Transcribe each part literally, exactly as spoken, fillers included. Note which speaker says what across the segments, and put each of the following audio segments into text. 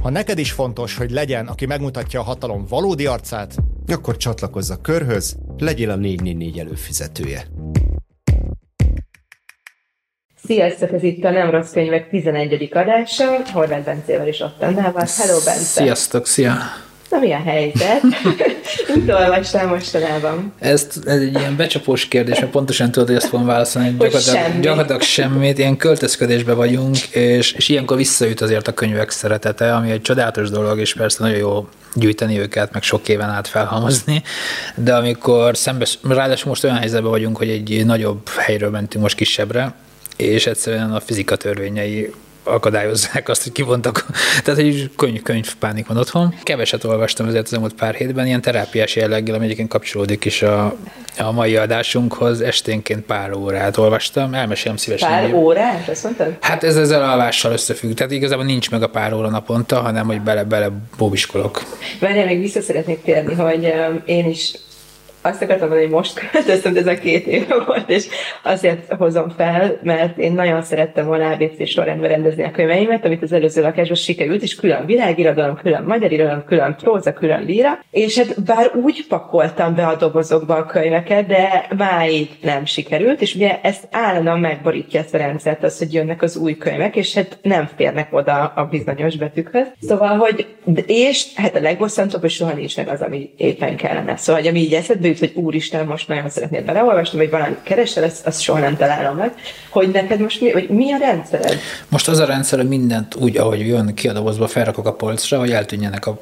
Speaker 1: Ha neked is fontos, hogy legyen, aki megmutatja a hatalom valódi arcát,
Speaker 2: akkor csatlakozz a körhöz, legyél a négy négy négy előfizetője.
Speaker 3: Sziasztok, ez itt a Nem Rossz Könyvek tizenegyedik adása, Horváth Bencével is ott annával. Hello, Bence!
Speaker 4: Sziasztok, szia!
Speaker 3: Na, mi a helyzet? Mit olvastál mostanában?
Speaker 4: Ez, ez egy ilyen becsapós kérdés, mert pontosan tudod, hogy azt fogom válaszolni, hogy gyakorlatilag, semmi. gyakorlatilag semmit, ilyen költözködésben vagyunk, és, és ilyenkor visszajut azért a könyvek szeretete, ami egy csodálatos dolog, és persze nagyon jó gyűjteni őket, meg sok éven át felhalmozni, de amikor szembe, ráadásul most olyan helyzetben vagyunk, hogy egy nagyobb helyről mentünk most kisebbre, és egyszerűen a fizika törvényei akadályozzák azt, hogy kivontak. Tehát, hogy könyv, könyvpánik van otthon. Keveset olvastam ezért az elmúlt pár hétben, ilyen terápiás jelleggel, ami egyébként kapcsolódik is a, a mai adásunkhoz. Esténként pár órát olvastam, elmesélem szívesen.
Speaker 3: Pár órát? Azt mondtad?
Speaker 4: Hát ez ezzel a alvással összefügg. Tehát igazából nincs meg a pár óra naponta, hanem hogy bele-bele bóbiskolok.
Speaker 3: Várjál, még vissza szeretnék térni, hogy um, én is azt akartam mondani, hogy most költöztem, de ez a két éve volt, és azért hozom fel, mert én nagyon szerettem volna á bé cé sorrendben rendezni a könyveimet, amit az előző lakásban sikerült, és külön világirodalom, külön magyar irodalom, külön próza, külön líra, és hát bár úgy pakoltam be a dobozokba a könyveket, de máig nem sikerült, és ugye ezt állandóan megborítja ezt a rendszert, az, hogy jönnek az új könyvek, és hát nem férnek oda a bizonyos betűkhöz. Szóval, hogy, és hát a legbosszantóbb, hogy soha nincs meg az, ami éppen kellene. Szóval, hogy ami így eszedbe jut, hogy úristen, most nagyon szeretnél beleolvasni, vagy valami keresel, azt, azt soha nem találom meg, hogy neked most mi, vagy mi a rendszered?
Speaker 4: Most az a rendszer, hogy mindent úgy, ahogy jön ki a dobozba, felrakok a polcra, hogy eltűnjenek a,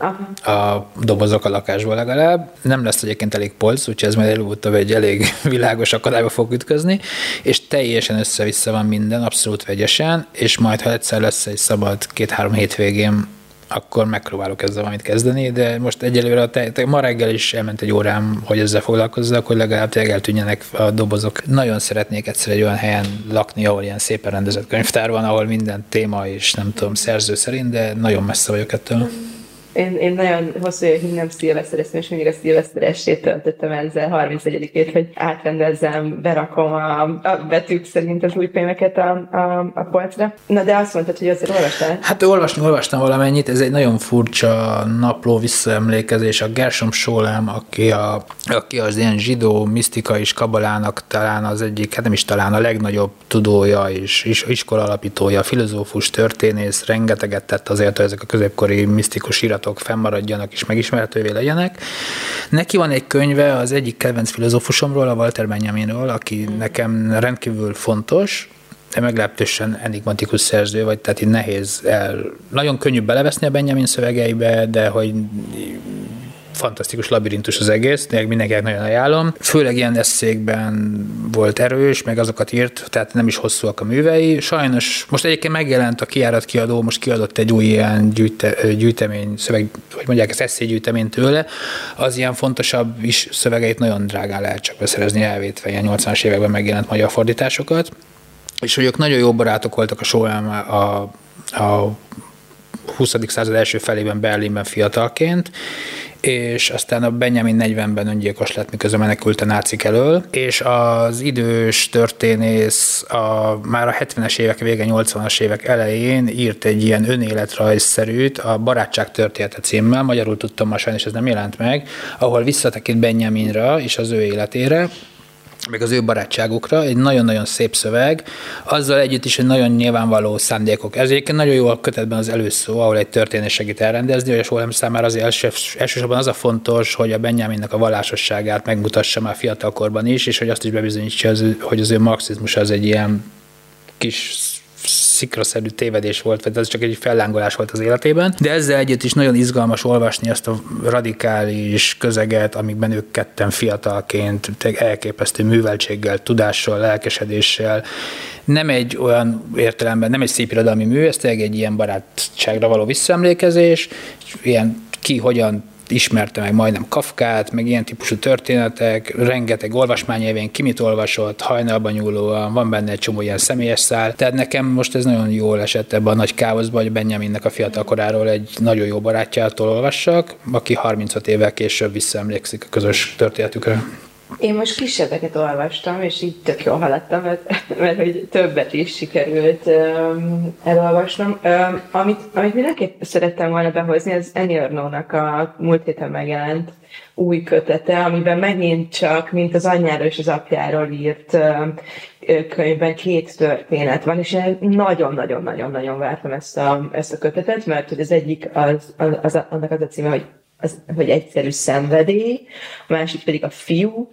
Speaker 4: a dobozok a lakásból legalább. Nem lesz egyébként elég polc, úgyhogy ez majd előbb-utóbb egy elég világos akadályba fog ütközni, és teljesen össze-vissza van minden, abszolút vegyesen, és majd, ha egyszer lesz egy szabad két-három hétvégén, akkor megpróbálok ezzel valamit kezdeni, de most egyelőre te, te, ma reggel is elment egy órám, hogy ezzel foglalkozzak, hogy legalább tényleg eltűnjenek a dobozok. Nagyon szeretnék egyszer egy olyan helyen lakni, ahol ilyen szépen rendezett könyvtár van, ahol minden téma és nem tudom, szerző szerint, de nagyon messze vagyok ettől.
Speaker 3: Én, én nagyon hosszú évig nem szilvesztereztem, és mindig a szilveszteressét töltöttem ezzel harmincegyedikét, hogy átrendezzem, berakom a, a betűk szerint az új könyveket a, a, a polcra. Na de azt mondtad, hogy azért olvastál?
Speaker 4: Hát olvasni, olvastam valamennyit, ez egy nagyon furcsa napló visszaemlékezés. A Gershom Scholem, aki, a, aki az ilyen zsidó misztika és kabalának talán az egyik, hát nem is talán a legnagyobb tudója és iskola alapítója, filozófus, történész, rengeteget tett azért, hogy ezek a középkori misztikus iratok fennmaradjanak és megismerhetővé legyenek. Neki van egy könyve az egyik kedvenc filozófusomról, a Walter Benjaminról, aki nekem rendkívül fontos, de meglehetősen enigmatikus szerző, vagy tehát így nehéz el, nagyon könnyű beleveszni a Benjamin szövegeibe, de hogy fantasztikus labirintus az egész, de mindenkinek nagyon ajánlom. Főleg ilyen esszékben volt erős, meg azokat írt, tehát nem is hosszúak a művei. Sajnos most egyébként megjelent a Kiárat kiadó, most kiadott egy új ilyen gyűjte, gyűjtemény, szöveg, hogy mondják, ez esszégyűjtemény tőle. Az ilyen fontosabb is szövegeit nagyon drágán lehet csak beszerezni, elvétve ilyen nyolcvanas években megjelent magyar fordításokat. És hogy ők nagyon jó barátok voltak a Scholem a, a huszadik század első felében Berlinben fiatalként, és aztán a Benjamin negyvenben öngyilkos lett, miközben menekült a nácik elől, és az idős történész a, már a hetvenes évek vége, nyolcvanas évek elején írt egy ilyen önéletrajzszerűt, a Barátság története címmel, magyarul tudtam, ma sajnos ez nem jelent meg, ahol visszatekint Benjaminra és az ő életére, meg az ő barátságukra, egy nagyon-nagyon szép szöveg, azzal együtt is egy nagyon nyilvánvaló szándékok. Ez egyébként nagyon jó a kötetben az előszó, ahol egy történés segít elrendezni, hogy a Scholem számára azért első, elsősorban az a fontos, hogy a Benjaminnak a vallásosságát megmutassa már fiatalkorban is, és hogy azt is bebizonyítsa, hogy az ő marxizmus az egy ilyen kis szikraszerű tévedés volt, vagy ez csak egy fellángolás volt az életében, de ezzel együtt is nagyon izgalmas olvasni ezt a radikális közeget, amikben ők ketten fiatalként elképesztő műveltséggel, tudással, lelkesedéssel, nem egy olyan értelemben, nem egy szép irodalmi mű, ez tényleg egy ilyen barátságra való visszaemlékezés, ilyen ki hogyan ismerte meg majdnem Kafkát, meg ilyen típusú történetek, rengeteg olvasmányévén ki mit olvasott, hajnalban nyúlóan, van benne egy csomó ilyen személyes szál. Tehát nekem most ez nagyon jól esett ebben a nagy káoszban, hogy Benjaminnek a fiatal koráról egy nagyon jó barátjától olvassak, aki harmincöt évvel később visszaemlékszik a közös történetükre.
Speaker 3: Én most kisebbeket olvastam, és így tök jól haladtam, mert, mert hogy többet is sikerült um, elolvasnom. Um, amit, amit mindenképp szerettem volna behozni, az Annie Ernaux-nak a múlt héten megjelent új kötete, amiben megint csak, mint az anyjáról és az apjáról írt um, könyvben két történet van, és én nagyon-nagyon-nagyon-nagyon vártam ezt a, ezt a kötetet, mert hogy az egyik, az, az, az, annak az a címe, hogy Az, hogy egyszerű szenvedély, a másik pedig a fiú,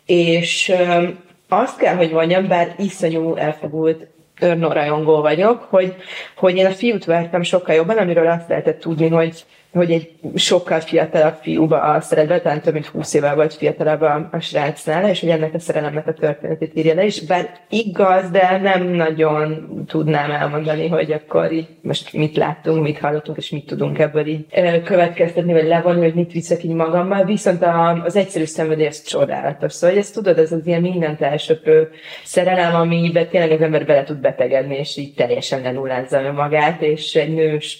Speaker 3: és um, azt kell, hogy mondjam, bár iszonyú elfogult Ernaux rajongó vagyok, hogy, hogy én a fiút vártam sokkal jobban, amiről azt lehetett tudni, hogy, hogy egy sokkal fiatalabb fiúba a szerelme, talán több mint húsz évvel volt fiatalabb a, a srácnál, és hogy ennek a szerelemnek a történetét írja le, és bár igaz, de nem nagyon tudnám elmondani, hogy akkor így most mit láttunk, mit hallottunk, és mit tudunk ebből így következtetni, vagy levonni, hogy mit viszek így magammal, viszont a, az egyszerű szenvedély az csodálatos. Szóval, hogy ezt tudod, ez az ilyen mindent elsöpő szerelem, amiben tényleg az ember bele tud betegedni, és így teljesen lenullázza önmagát, és egy nős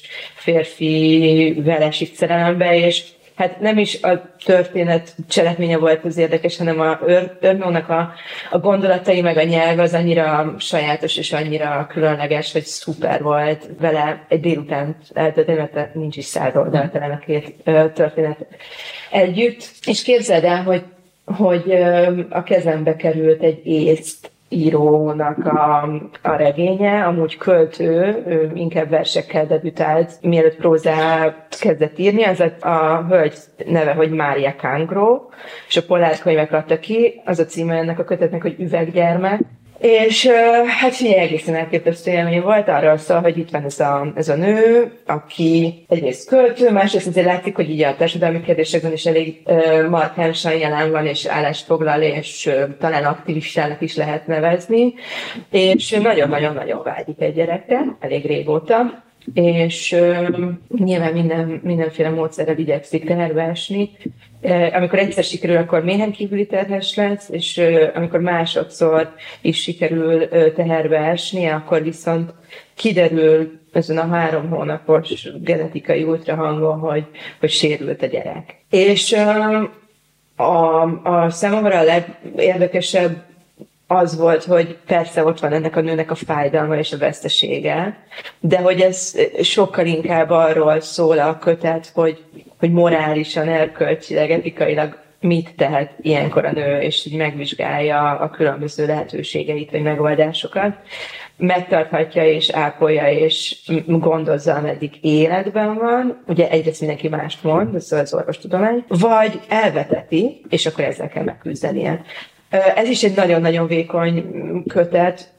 Speaker 3: férfi vele esik szerelembe, és hát nem is a történet cselekménye volt az érdekes, hanem a Ernaux-nak a, a gondolatai, meg a nyelv az annyira sajátos és annyira különleges, hogy szuper volt vele egy délután eltölteni, mert nincs is száz oldal talán a két történet együtt. És képzeld el, hogy, hogy a kezembe került egy észt írónak a, a regénye, amúgy költő, ő inkább versekkel debütált, mielőtt prózát kezdett írni, az a, a hölgy neve, hogy Mária Cangro, és a Pollard könyvek adta ki, az a címe ennek a kötetnek, hogy Üveggyermek. És hát figyelj, egészen elképesztő élmény volt, arról szól, hogy itt van ez a, ez a nő, aki egyrészt költő, másrészt azért látszik, hogy így a társadalmi kérdésekben is elég uh, markánsan jelen van, és állást foglal, és uh, talán aktivistának is lehet nevezni, és nagyon-nagyon-nagyon vágyik egy gyerekre, elég régóta, és uh, nyilván minden, mindenféle módszerrel igyekszik teherbe esni. Uh, amikor egyszer sikerül, akkor méhen kívüli terhes lesz, és uh, amikor másodszor is sikerül uh, teherbe esni, akkor viszont kiderül ezen a három hónapos genetikai ultrahangon, hogy, hogy sérült a gyerek. És uh, a, a számomra a legérdekesebb az volt, hogy persze ott van ennek a nőnek a fájdalma és a vesztesége, de hogy ez sokkal inkább arról szól a kötet, hogy, hogy morálisan, erkölcsileg, etikailag mit tehet ilyenkor a nő, és így megvizsgálja a különböző lehetőségeit, vagy megoldásokat. Megtarthatja és ápolja és gondozza, ameddig életben van. Ugye egyrészt mindenki mást mond, ez az orvostudomány, vagy elveteti, és akkor ezzel kell megküzdenie. Ez is egy nagyon-nagyon vékony kötet,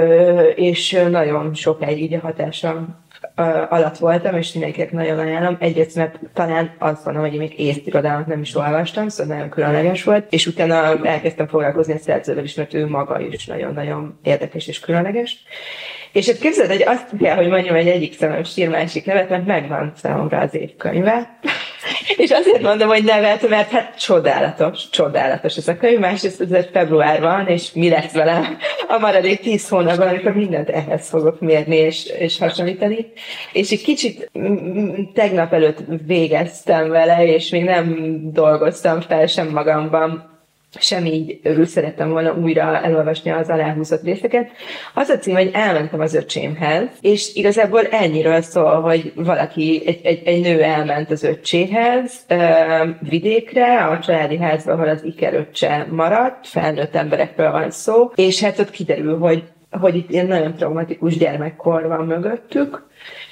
Speaker 3: és nagyon sokáig így a hatásom alatt voltam, és mindenkinek nagyon ajánlom. Egyrészt, mert talán azt mondom, hogy én még észirodalmat nem is olvastam, szóval nagyon különleges volt, és utána elkezdtem foglalkozni a szerzővel is, mert ő maga is nagyon-nagyon érdekes és különleges. És hát képzeld, hogy azt kell, hogy mondjam, hogy egyik szemem sír, másik nevet, mert megvan számomra az évkönyve. És azért mondom, hogy nevet, mert hát csodálatos, csodálatos ez a könyv, másrészt ez februárban, és mi lesz velem a maradék tíz hónapban, amikor mindent ehhez fogok mérni és, és hasonlítani. És egy kicsit tegnap előtt végeztem vele, és még nem dolgoztam fel sem magamban, sem így örül szerettem volna újra elolvasni az aláhúzott részeket. Az a cím, hogy elmentem az öcsémhez, és igazából ennyiről szól, hogy valaki, egy, egy, egy nő elment az öccséhez, vidékre, a családi házba, ahol az ikeröccse maradt, felnőtt emberekről van szó, és hát ott kiderül, hogy, hogy itt ilyen nagyon traumatikus gyermekkor van mögöttük.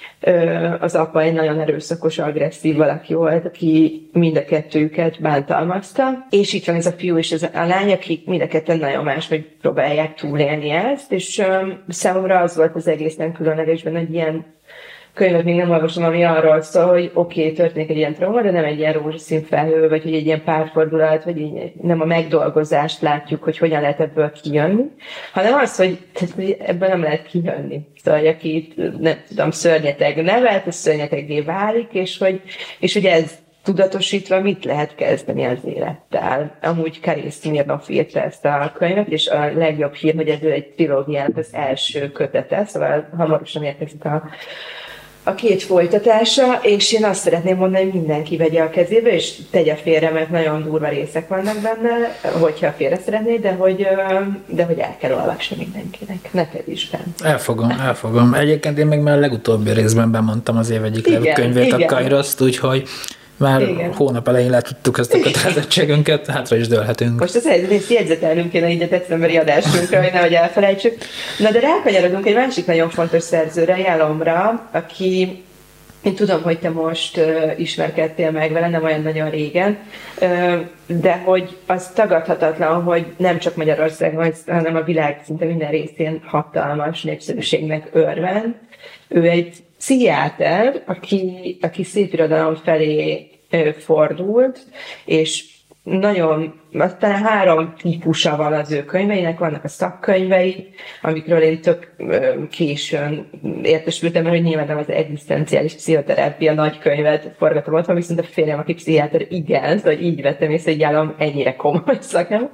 Speaker 3: Az apa egy nagyon erőszakos, agresszív valaki volt, aki mind a kettőjüket bántalmazta, és itt van ez a fiú és ez a lány, akik mind a ketten nagyon máshogy próbálják túlélni ezt, és számomra az volt az egészen különlegesben, egy ilyen könyvet még nem olvasom, ami arról szól, hogy oké, okay, történik egy ilyen trauma, de nem egy ilyen rózsaszín felhő, vagy hogy egy ilyen párfordulat, vagy így nem a megdolgozást látjuk, hogy hogyan lehet ebből kijönni, hanem az, hogy, tehát, hogy ebből nem lehet kijönni. Szóval, hogy aki, nem tudom, szörnyeteg nevet, az szörnyeteggé válik, és hogy, és hogy ez tudatosítva mit lehet kezdeni az élettel. Amúgy Karin Smirnoff írta ezt a könyvet, és a legjobb hír, hogy ez egy trilógiának az első kötete, szóval hamarosan érkezik a a két folytatása, és én azt szeretném mondani, hogy mindenki vegye a kezébe, és tegye félre, mert nagyon durva részek vannak benne, hogyha félre szeretnéd, de hogy, de hogy el kell olvasni mindenkinek. Neked is bent.
Speaker 4: Elfogom, elfogom. Egyébként én még már a legutóbbi részben bemondtam az év egyik legjobb könyvét, a Kairoszt, úgyhogy már igen. Hónap elején letudtuk ezt a kötelezettségünket, hátra is dőlhetünk.
Speaker 3: Most az egész jegyzetelnünk kéne így a decemberi adásunkra, hogy nehogy elfelejtsük. Na de rákanyarodunk egy másik nagyon fontos szerzőre, Jalomra, aki, én tudom, hogy te most uh, ismerkedtél meg vele, nem olyan nagyon régen, uh, de hogy az tagadhatatlan, hogy nem csak Magyarországon, hanem a világ szinte minden részén hatalmas népszerűségnek örvend. Ő egy pszichiáter, aki, aki szépirodalom felé fordult, és nagyon, aztán három típusa van az ő könyveinek, vannak a szakkönyvei, amikről én tök későn értesültem, mert hogy nyilván nem az egzisztenciális pszichoterápia nagy könyvet forgatom otthon, viszont a férjem, aki pszichiáter, igen, szóval így vettem észre, hogy állam ennyire komoly szakem.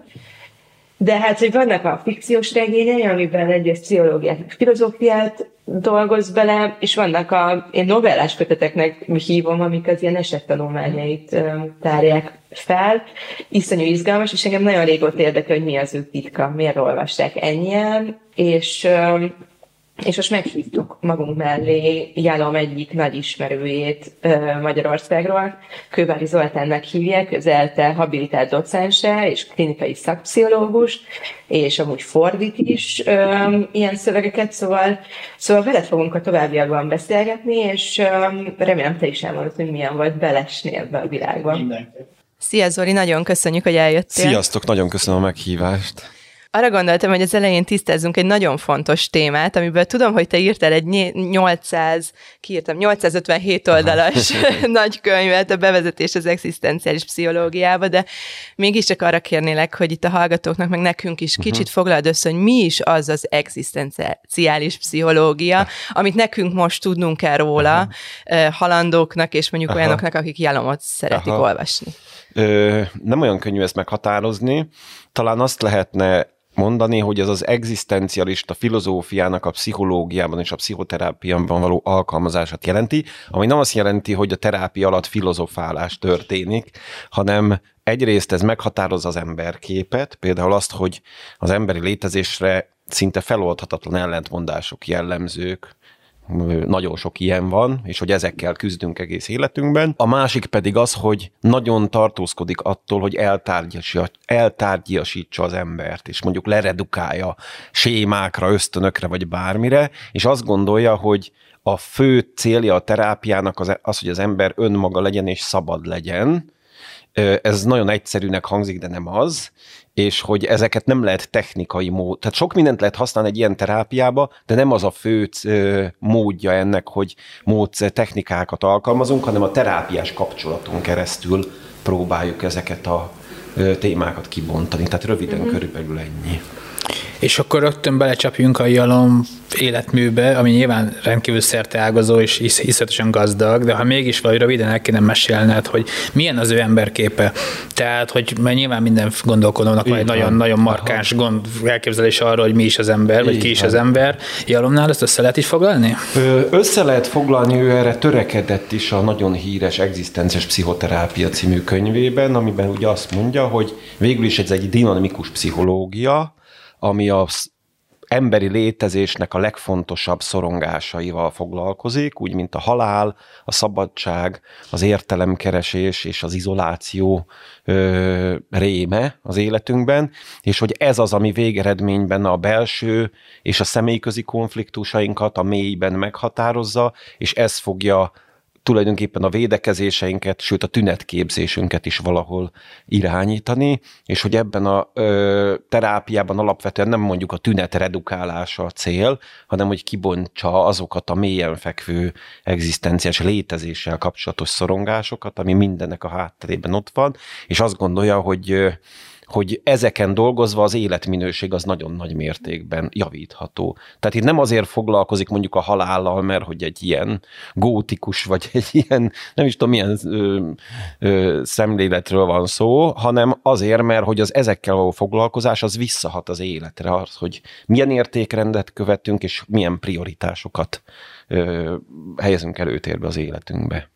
Speaker 3: De hát, hogy vannak a fikciós regényei, amiben egyrészt pszichológiát, filozófiát dolgoz bele, és vannak a, én novellás köteteknek hívom, amik az ilyen esettanulmányait tárják fel. Iszonyú izgalmas, és engem nagyon régóta érdekel, hogy mi az ő titka, miért olvassák ennyien, és, és most meghívtuk magunk mellé Jalom egyik nagy ismerőjét Magyarországról, Kővári Zoltánnak hívják, az é e té e habilitált docense és klinikai szakpszichológus, és amúgy fordít is um, ilyen szövegeket, szóval, szóval veled fogunk a továbbiakban beszélgetni, és um, remélem te is elmondod, hogy milyen volt belesni ebbe a világba. Mindenki. Szia Zoli, nagyon köszönjük, hogy eljöttél.
Speaker 5: Sziasztok, nagyon köszönöm a meghívást.
Speaker 3: Arra gondoltam, hogy az elején tisztázzunk egy nagyon fontos témát, amiből tudom, hogy te írtál egy nyolcszáz, kiírtam, nyolcszázötvenhét oldalas nagy könyvet, a bevezetés az egzisztenciális pszichológiába, de mégiscsak arra kérnélek, hogy itt a hallgatóknak, meg nekünk is kicsit uh-huh. foglald össze, hogy mi is az az egzisztenciális pszichológia, amit nekünk most tudnunk kell róla, uh-huh. halandóknak és mondjuk Aha. olyanoknak, akik Jalomot szeretik Aha. olvasni.
Speaker 5: Ö, nem olyan könnyű ezt meghatározni, talán azt lehetne mondani, hogy ez az egzisztencialista filozófiának a pszichológiában és a pszichoterápiában való alkalmazását jelenti, ami nem azt jelenti, hogy a terápia alatt filozofálás történik, hanem egyrészt ez meghatározza az emberképet, például azt, hogy az emberi létezésre szinte feloldhatatlan ellentmondások jellemzők, nagyon sok ilyen van, és hogy ezekkel küzdünk egész életünkben. A másik pedig az, hogy nagyon tartózkodik attól, hogy eltárgyasítsa az embert, és mondjuk leredukálja sémákra, ösztönökre, vagy bármire, és azt gondolja, hogy a fő célja a terápiának az, az, hogy az ember önmaga legyen és szabad legyen. Ez nagyon egyszerűnek hangzik, de nem az, és hogy ezeket nem lehet technikai mód. Tehát sok mindent lehet használni egy ilyen terápiába, de nem az a fő módja ennek, hogy módszer technikákat alkalmazunk, hanem a terápiás kapcsolaton keresztül próbáljuk ezeket a témákat kibontani. Tehát röviden uh-huh. körülbelül ennyi.
Speaker 4: És akkor rögtön belecsapjunk a Jalom életműbe, ami nyilván rendkívül szerteágazó és hisz, hiszletesen gazdag, de ha mégis valahogy röviden el kéne mesélned, hogy milyen az ő emberképe. Tehát, hogy mert nyilván minden gondolkodónak van egy nagyon-nagyon markáns gond, elképzelés arról, hogy mi is az ember, vagy Így ki is van. Az ember. Jalomnál ezt össze lehet is foglalni?
Speaker 5: Össze lehet foglalni, ő erre törekedett is a nagyon híres Egzisztenciális Pszichoterápia című könyvében, amiben ugye azt mondja, hogy végül is ez egy dinamikus pszichológia, ami az emberi létezésnek a legfontosabb szorongásaival foglalkozik, úgy, mint a halál, a szabadság, az értelemkeresés és az izoláció ö, réme az életünkben, és hogy ez az, ami végeredményben a belső és a személyközi konfliktusainkat a mélyben meghatározza, és ez fogja tulajdonképpen a védekezéseinket, sőt a tünetképzésünket is valahol irányítani, és hogy ebben a ö, terápiában alapvetően nem mondjuk a tünet redukálása a cél, hanem hogy kibontsa azokat a mélyen fekvő egzisztenciás létezéssel kapcsolatos szorongásokat, ami mindennek a hátterében ott van, és azt gondolja, hogy ö, hogy ezeken dolgozva az életminőség az nagyon nagy mértékben javítható. Tehát itt nem azért foglalkozik mondjuk a halállal, mert hogy egy ilyen gótikus, vagy egy ilyen, nem is tudom, milyen ö, ö, szemléletről van szó, hanem azért, mert hogy az ezekkel való foglalkozás az visszahat az életre, az, hogy milyen értékrendet követünk, és milyen prioritásokat ö, helyezünk előtérbe az életünkbe.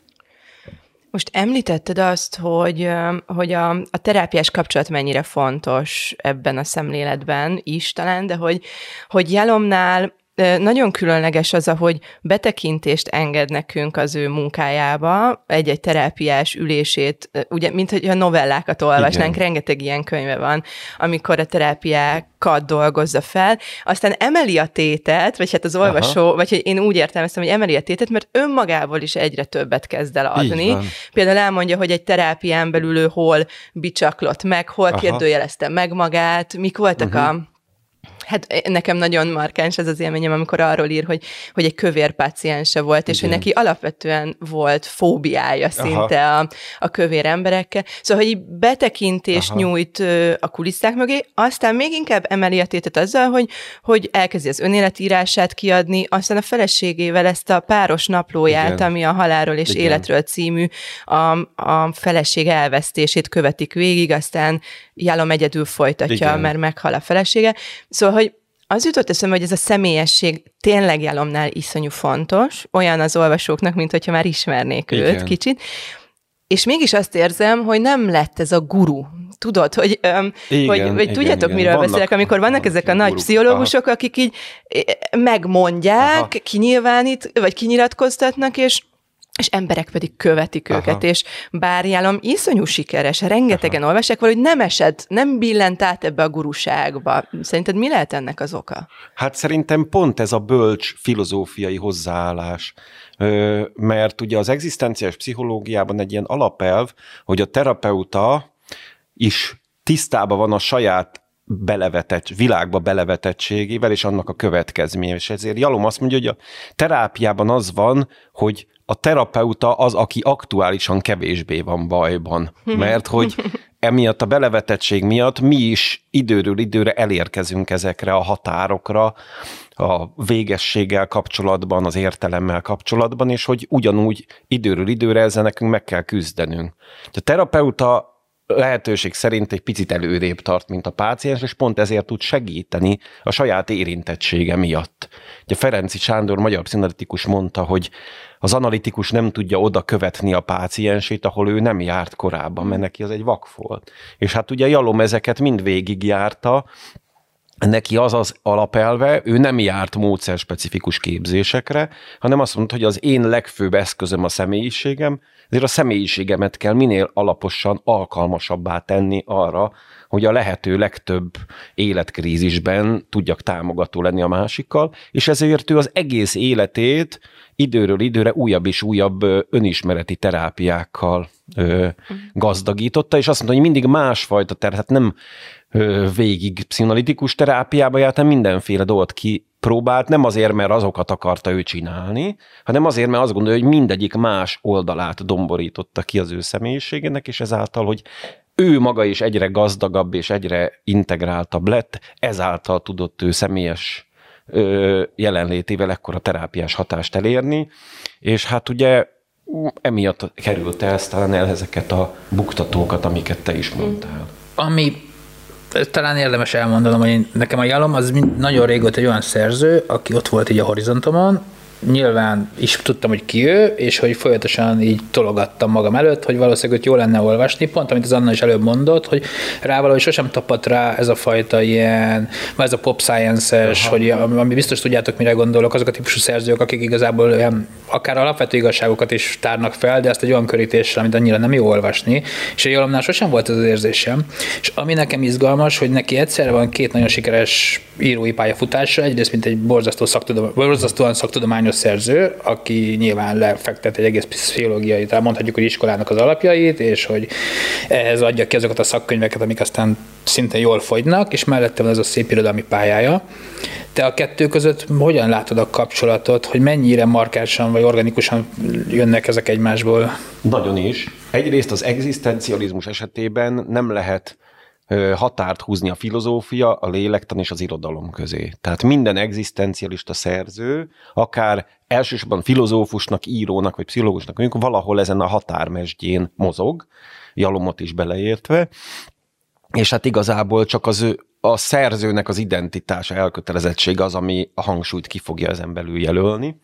Speaker 3: Most említetted azt, hogy, hogy a, a terápiás kapcsolat mennyire fontos ebben a szemléletben is talán, de hogy, hogy Jalomnál nagyon különleges az, ahogy betekintést enged nekünk az ő munkájába, egy-egy terápiás ülését, ugye, mint hogyha novellákat olvasnánk, igen. Rengeteg ilyen könyve van, amikor a terápiákat dolgozza fel, aztán emeli a tétet, vagy hát az olvasó, aha. vagy hogy én úgy értelmeztem, hogy emeli a tétet, mert önmagából is egyre többet kezd el adni. Például elmondja, hogy egy terápián belül ő hol bicsaklott meg, hol aha. kérdőjelezte meg magát, mik voltak uh-huh. a Hát nekem nagyon markáns ez az élményem, amikor arról ír, hogy, hogy egy kövér páciense volt, és igen. hogy neki alapvetően volt fóbiája szinte a, a kövér emberekkel. Szóval, hogy így betekintést aha. nyújt a kulisszák mögé, aztán még inkább emeli a tétet azzal, hogy, hogy elkezdi az önéletírását kiadni, aztán a feleségével ezt a páros naplóját, igen. ami a Halálról és igen. életről című a, a feleség elvesztését követik végig, aztán Jalom egyedül folytatja, igen. mert meghal a felesége. Szóval, hogy az jutott eszembe, hogy ez a személyesség tényleg Jalomnál iszonyú fontos, olyan az olvasóknak, mint hogyha már ismernék igen. őt kicsit, és mégis azt érzem, hogy nem lett ez a guru. Tudod, hogy, öm, igen, hogy, hogy igen, tudjátok, igen. miről vannak, beszélek, amikor vannak, vannak ezek a nagy guruk. Pszichológusok, aha. akik így megmondják, aha. kinyilvánít, vagy kinyilatkoztatnak, és és emberek pedig követik aha. őket, és bár Jalom iszonyú sikeres, rengetegen aha. olvassák valahogy nem esett, nem billent át ebbe a guruságba. Szerinted mi lehet ennek az oka?
Speaker 5: Hát szerintem pont ez a bölcs filozófiai hozzáállás, mert ugye az egzisztenciális pszichológiában egy ilyen alapelv, hogy a terapeuta is tisztában van a saját belevetett, világba belevetettségével, és annak a következménye. És ezért Jalom azt mondja, hogy a terápiában az van, hogy a terapeuta az, aki aktuálisan kevésbé van bajban. Mert hogy emiatt a belevetettség miatt mi is időről időre elérkezünk ezekre a határokra, a végességgel kapcsolatban, az értelemmel kapcsolatban, és hogy ugyanúgy időről időre ezzel nekünk meg kell küzdenünk. A terapeuta lehetőség szerint egy picit előrébb tart, mint a páciens, és pont ezért tud segíteni a saját érintettsége miatt. Ugye Ferenczy Sándor, magyar pszichoanalitikus mondta, hogy az analitikus nem tudja oda követni a páciensét, ahol ő nem járt korábban, mert neki az egy vak volt. És hát ugye Jalom ezeket mind végigjárta, neki az az alapelve, ő nem járt módszerspecifikus képzésekre, hanem azt mondta, hogy az én legfőbb eszközöm a személyiségem, ezért a személyiségemet kell minél alaposan alkalmasabbá tenni arra, hogy a lehető legtöbb életkrízisben tudjak támogató lenni a másikkal, és ezért ő az egész életét időről időre újabb és újabb önismereti terápiákkal ö, gazdagította, és azt mondta, hogy mindig másfajta, tehát nem ö, végig pszichoanalitikus terápiába járt, hanem mindenféle dolgot kipróbált, nem azért, mert azokat akarta ő csinálni, hanem azért, mert azt gondolja, hogy mindegyik más oldalát domborította ki az ő személyiségének, és ezáltal, hogy ő maga is egyre gazdagabb és egyre integráltabb lett, ezáltal tudott ő személyes ö, jelenlétével ekkora terápiás hatást elérni, és hát ugye emiatt került el talán el ezeket a buktatókat, amiket te is mondtál.
Speaker 4: Ami talán érdemes elmondanom, hogy én, nekem a Jalom az nagyon régóta egy olyan szerző, aki ott volt így a horizontomon, nyilván is tudtam, hogy ki ő, és hogy folyamatosan így tologattam magam előtt, hogy valószínűleg hogy jó lenne olvasni, pont amit az Anna is előbb mondott, hogy rá valahogy sosem tapadt rá ez a fajta ilyen, ez a pop science-es, hogy ami biztos tudjátok, mire gondolok, azok a típusú szerzők, akik igazából olyan, akár alapvető igazságokat is tárnak fel, de ezt egy olyan körítéssel, amit annyira nem jó olvasni, és a Jalomnál sosem volt ez az érzésem. És ami nekem izgalmas, hogy neki egyszerre van két nagyon sikeres írói pályafutása, egyrészt mint egy borzasztó szaktudom, borzasztóan szaktudományos szerző, aki nyilván lefektet egy egész pszichológiai, tehát mondhatjuk, hogy iskolának az alapjait, és hogy ehhez adja ki azokat a szakkönyveket, amik aztán szintén jól fogynak, és mellette van ez a szép irodalmi pályája. Te a kettő között hogyan látod a kapcsolatot, hogy mennyire markánsan vagy organikusan jönnek ezek egymásból?
Speaker 5: Nagyon is. Egyrészt az egzisztencializmus esetében nem lehet határt húzni a filozófia, a lélektan és az irodalom közé. Tehát minden egzisztencialista szerző, akár elsősorban filozófusnak, írónak vagy pszichológusnak, mondjuk valahol ezen a határmesdjén mozog, Jalomot is beleértve, és hát igazából csak az ő a szerzőnek az identitása, elkötelezettsége az, ami a hangsúlyt ki fogja ezen belül jelölni.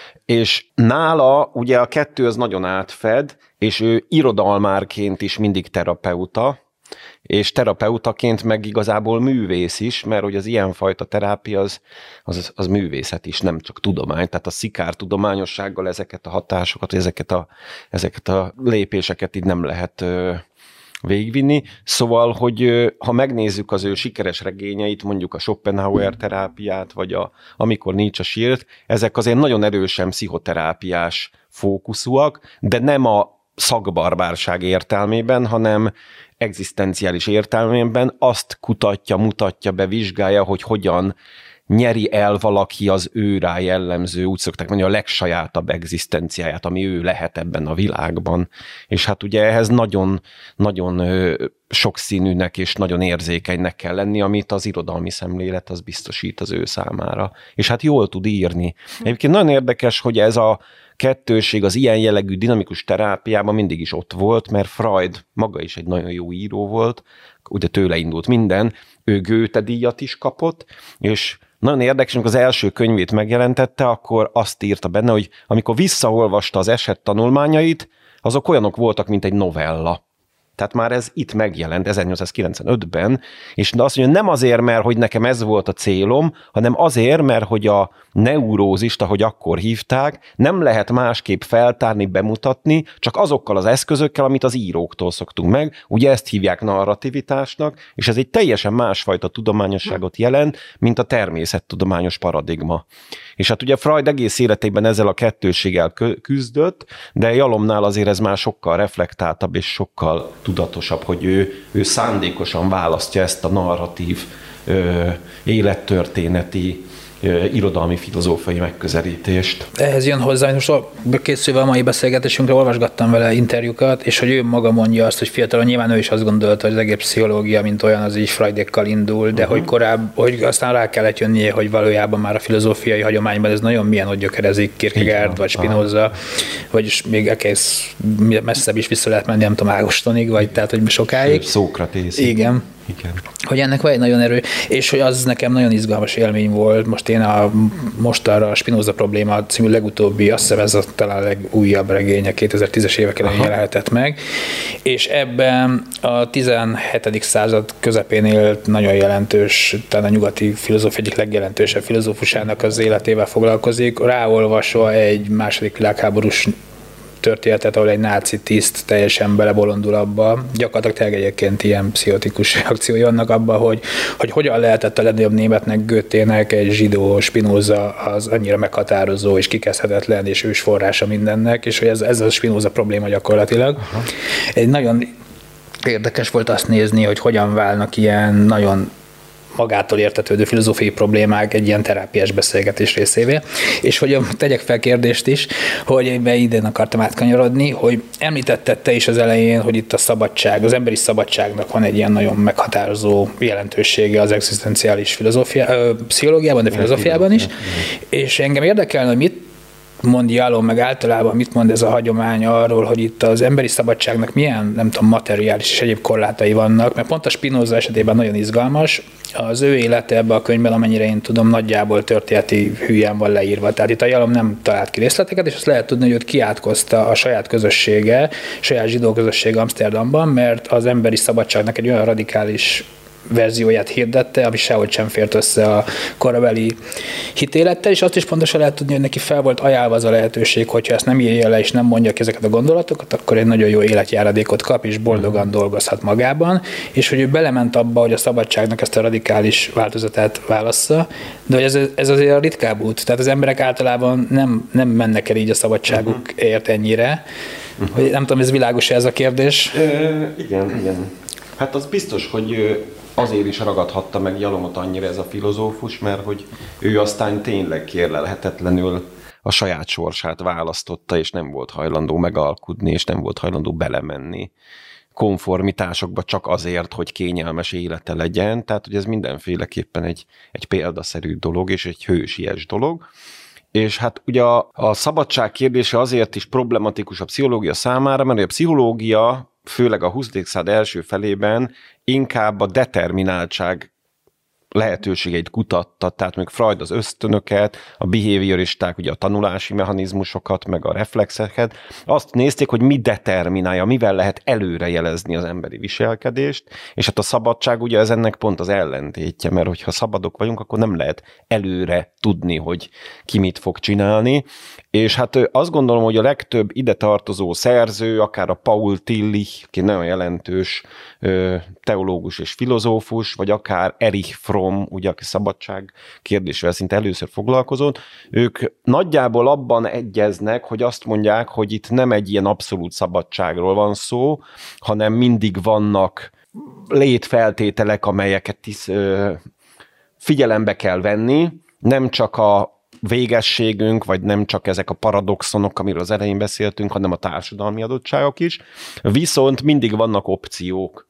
Speaker 5: És nála ugye a kettő az nagyon átfed, és ő irodalmárként is mindig terapeuta, és terapeutaként meg igazából művész is, mert hogy az ilyenfajta terápia az, az, az művészet is, nem csak tudomány. Tehát a szikár tudományossággal ezeket a hatásokat, ezeket a, ezeket a lépéseket így nem lehet ö, végigvinni. Szóval, hogy ö, ha megnézzük az ő sikeres regényeit, mondjuk a Schopenhauer terápiát, vagy a Amikor nincs a sírt, ezek azért nagyon erősen pszichoterápiás fókuszúak, de nem a szakbarbárság értelmében, hanem egzisztenciális értelmében azt kutatja, mutatja be, vizsgálja, hogy hogyan nyeri el valaki az ő rá jellemző, úgy szokták mondani, a legsajátabb egzisztenciáját, ami ő lehet ebben a világban. És hát ugye ehhez nagyon, nagyon sokszínűnek és nagyon érzékenynek kell lenni, amit az irodalmi szemlélet az biztosít az ő számára. És hát jól tud írni. Egyébként nagyon érdekes, hogy ez a kettőség az ilyen jellegű dinamikus terápiában mindig is ott volt, mert Freud maga is egy nagyon jó író volt, ugye tőle indult minden, ő Goethe-díjat is kapott, és nagyon érdekes, amikor az első könyvét megjelentette, akkor azt írta benne, hogy amikor visszaolvasta az eset tanulmányait, azok olyanok voltak, mint egy novella. Tehát már ez itt megjelent ezernyolcszázkilencvenötben, és azt mondja, nem azért, mert hogy nekem ez volt a célom, hanem azért, mert hogy a neurózist, ahogy akkor hívták, nem lehet másképp feltárni, bemutatni, csak azokkal az eszközökkel, amit az íróktól szoktunk meg. Ugye ezt hívják narrativitásnak, és ez egy teljesen másfajta tudományosságot jelent, mint a természettudományos paradigma. És hát ugye Freud egész életében ezzel a kettőséggel küzdött, de Jalomnál azért ez már sokkal reflektáltabb és sokkal tudatosabb, hogy ő, ő szándékosan választja ezt a narratív, ö, élettörténeti, ö, irodalmi filozófiai megközelítést.
Speaker 4: Ehhez jön hozzá, most készülve a mai beszélgetésünkre olvasgattam vele interjúkat, és hogy ő maga mondja azt, hogy fiatalon nyilván ő is azt gondolta, hogy az egész pszichológia, mint olyan, az így Freudékkal indul, de uh-huh. hogy korábban, hogy aztán rá kellett jönnie, hogy valójában már a filozófiai hagyományban ez nagyon milyen, hogy gyökerezik, Kierkegaard vagy Spinoza, vagyis még egész messzebb is vissza lehet menni, nem tudom, Ágostonig, vagy tehát, hogy sokáig.
Speaker 5: Szókratész.
Speaker 4: Igen.
Speaker 5: Igen.
Speaker 4: Hogy ennek van egy nagyon erő, és hogy az nekem nagyon izgalmas élmény volt. Most én a most arra a Spinoza probléma című legutóbbi, azt hiszem ez a talán legújabb regénye, kétezer-tízes évek elején jelenhetett meg, és ebben a tizenhetedik század közepén élt nagyon jelentős, talán a nyugati filozófia egyik legjelentősebb filozófusának az életével foglalkozik, ráolvasva egy második világháborús történetet, ahol egy náci tiszt teljesen belebolondul abba. Gyakorlatilag tényleg egyébként ilyen pszichotikus reakciói vannak abba, hogy, hogy hogyan lehetett a legnagyobb németnek, Goethének egy zsidó Spinoza az annyira meghatározó és kikezdhetetlen és ős forrása mindennek, és hogy ez, ez a Spinoza probléma gyakorlatilag. Aha. Egy nagyon érdekes volt azt nézni, hogy hogyan válnak ilyen nagyon magától értetődő filozófiai problémák egy ilyen terápiás beszélgetés részévé. És hogy tegyek fel kérdést is, hogy én idén akartam átkanyarodni, hogy említetted te is az elején, hogy itt a szabadság, az emberi szabadságnak van egy ilyen nagyon meghatározó jelentősége az egzisztenciális filozófia, ö, pszichológiában, de filozófiában is. És engem érdekelne, hogy mit mond Jalom, meg általában mit mond ez a hagyomány arról, hogy itt az emberi szabadságnak milyen, nem tudom, materiális és egyéb korlátai vannak, mert pont a Spinoza esetében nagyon izgalmas, az ő élete ebben a könyvben, amennyire én tudom, nagyjából történeti hülyen van leírva. Tehát itt a Jalom nem talált ki részleteket, és azt lehet tudni, hogy őt kiátkozta a saját közössége, saját zsidó közössége Amsterdamban, mert az emberi szabadságnak egy olyan radikális verzióját hirdette, ami sehogy sem fért össze a korabeli hitélettel, és azt is pontosan lehet tudni, hogy neki fel volt ajánlva az a lehetőség, hogyha ezt nem írja le és nem mondja ki ezeket a gondolatokat, akkor egy nagyon jó életjáradékot kap, és boldogan dolgozhat magában, és hogy ő belement abba, hogy a szabadságnak ezt a radikális változatát válassza, de hogy ez, ez azért a ritkább út. Tehát az emberek általában nem, nem mennek el így a szabadságukért ennyire. Uh-huh. Hogy nem tudom, ez világos-e ez a kérdés?
Speaker 5: E, igen, igen. Hát az biztos, hogy azért is ragadhatta meg Jalomot annyira ez a filozófus, mert hogy ő aztán tényleg kérlelhetetlenül a saját sorsát választotta, és nem volt hajlandó megalkudni, és nem volt hajlandó belemenni konformitásokba csak azért, hogy kényelmes élete legyen. Tehát, hogy ez mindenféleképpen egy, egy példaszerű dolog, és egy hősies dolog. És hát ugye a, a szabadság kérdése azért is problematikus a pszichológia számára, mert a pszichológia főleg a huszadik század első felében inkább a determináltság lehetőségeit kutatta, tehát még Freud az ösztönöket, a behavioristák ugye a tanulási mechanizmusokat, meg a reflexeket. Azt nézték, hogy mi determinálja, mivel lehet előrejelezni az emberi viselkedést, és hát a szabadság ugye ez ennek pont az ellentétje, mert hogyha szabadok vagyunk, akkor nem lehet előre tudni, hogy ki mit fog csinálni. És hát azt gondolom, hogy a legtöbb ide tartozó szerző, akár a Paul Tillich, aki nagyon jelentős teológus és filozófus, vagy akár Erich Fromm, ugye, aki szabadság kérdésével szinte először foglalkozott, ők nagyjából abban egyeznek, hogy azt mondják, hogy itt nem egy ilyen abszolút szabadságról van szó, hanem mindig vannak létfeltételek, amelyeket tisz, figyelembe kell venni, nem csak a végességünk, vagy nem csak ezek a paradoxonok, amiről az elején beszéltünk, hanem a társadalmi adottságok is. Viszont mindig vannak opciók.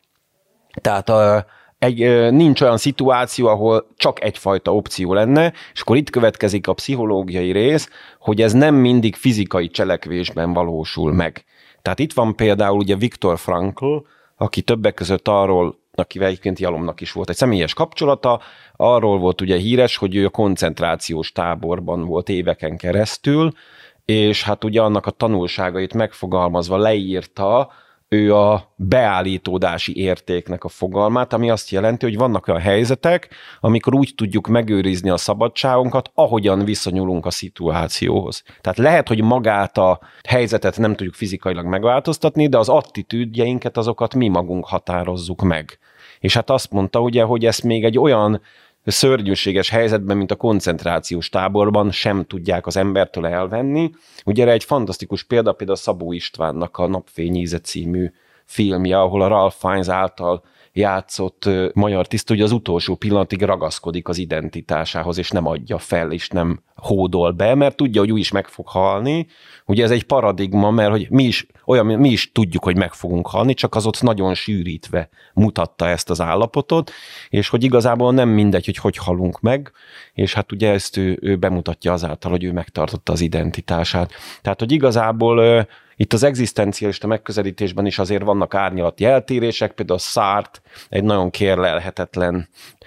Speaker 5: Tehát a, egy, nincs olyan szituáció, ahol csak egyfajta opció lenne, és akkor itt következik a pszichológiai rész, hogy ez nem mindig fizikai cselekvésben valósul meg. Tehát itt van például ugye Viktor Frankl, aki többek között arról, akivel egyébként Jalomnak is volt egy személyes kapcsolata, arról volt ugye híres, hogy ő a koncentrációs táborban volt éveken keresztül, és hát ugye annak a tanulságait megfogalmazva leírta ő a beállítódási értéknek a fogalmát, ami azt jelenti, hogy vannak olyan helyzetek, amikor úgy tudjuk megőrizni a szabadságunkat, ahogyan viszonyulunk a szituációhoz. Tehát lehet, hogy magát a helyzetet nem tudjuk fizikailag megváltoztatni, de az attitűdjeinket, azokat mi magunk határozzuk meg. És hát azt mondta ugye, hogy ezt még egy olyan szörnyűséges helyzetben, mint a koncentrációs táborban sem tudják az embertől elvenni. Ugye erre egy fantasztikus példa, például Szabó Istvánnak a Napfény íze című filmje, ahol a Ralph Fiennes által játszott magyar tiszt, ugye az utolsó pillanatig ragaszkodik az identitásához, és nem adja fel, és nem hódol be, mert tudja, hogy úgy is meg fog halni. Ugye ez egy paradigma, mert hogy mi is, olyan, mi is tudjuk, hogy meg fogunk halni, csak az ott nagyon sűrítve mutatta ezt az állapotot, és hogy igazából nem mindegy, hogy hogy halunk meg, és hát ugye ezt ő, ő bemutatja azáltal, hogy ő megtartotta az identitását. Tehát, hogy igazából itt az egzisztencialista megközelítésben is azért vannak árnyalati eltérések, például Sartre egy nagyon kérlelhetetlen,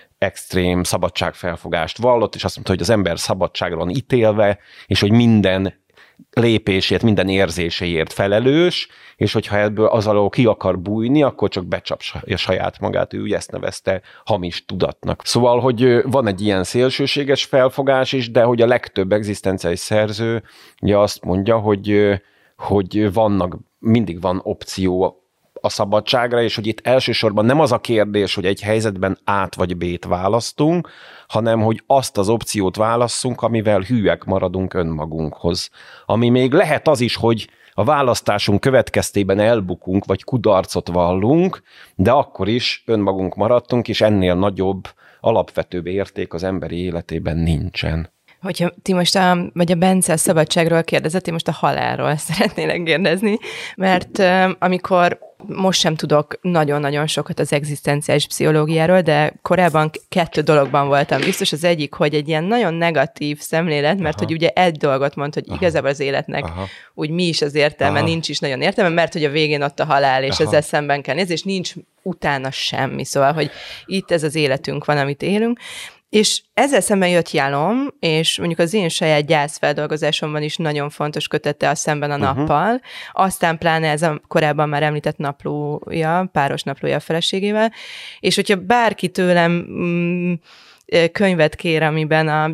Speaker 5: extrém szabadságfelfogást vallott, és azt mondta, hogy az ember szabadságra van ítélve, és hogy minden lépésért, minden érzéséért felelős, és hogyha ebből az alól ki akar bújni, akkor csak becsapja saját magát, ő ugye ezt nevezte hamis tudatnak. Szóval, hogy van egy ilyen szélsőséges felfogás is, de hogy a legtöbb egzisztenciális szerző ugye azt mondja, hogy hogy vannak, mindig van opció a szabadságra, és hogy itt elsősorban nem az a kérdés, hogy egy helyzetben át vagy B-t választunk, hanem hogy azt az opciót válasszunk, amivel hűek maradunk önmagunkhoz. Ami még lehet az is, hogy a választásunk következtében elbukunk, vagy kudarcot vallunk, de akkor is önmagunk maradtunk, és ennél nagyobb, alapvetőbb érték az emberi életében nincsen.
Speaker 3: Hogyha ti most a, vagy a Bence a szabadságról kérdezett, én most a halálról szeretnélek kérdezni, mert uh, amikor most sem tudok nagyon-nagyon sokat az egzisztenciális pszichológiáról, de korábban kettő dologban voltam biztos. Az egyik, hogy egy ilyen nagyon negatív szemlélet, mert Aha. hogy ugye egy dolgot mond, hogy Aha. igazából az életnek Aha. úgy mi is az értelme, Aha. nincs is nagyon értelme, mert hogy a végén ott a halál, és Aha. ezzel szemben kell nézni, és nincs utána semmi. Szóval, hogy itt ez az életünk van, amit élünk. És ezzel szemben jött Jalom, és mondjuk az én saját gyászfeldolgozásomban is nagyon fontos kötette a Szemben a nappal, uh-huh. aztán pláne ez a korábban már említett naplója, páros naplója a feleségével, és hogyha bárki tőlem mm, könyvet kér, amiben a